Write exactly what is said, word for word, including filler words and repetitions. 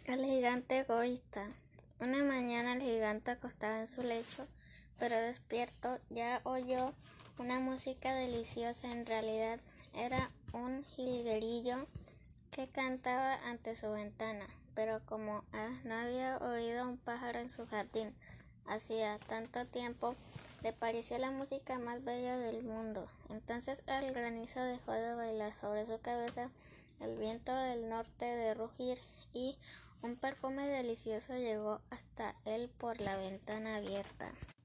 El gigante egoísta. Una mañana el gigante acostado en su lecho, pero despierto, ya oyó una música deliciosa. En realidad era un jilguerillo que cantaba ante su ventana, pero como ah, no había oído un pájaro en su jardín hacía tanto tiempo, le pareció la música más bella del mundo. Entonces el granizo dejó de bailar sobre su cabeza, el viento del norte de rugir, y un perfume delicioso llegó hasta él por la ventana abierta.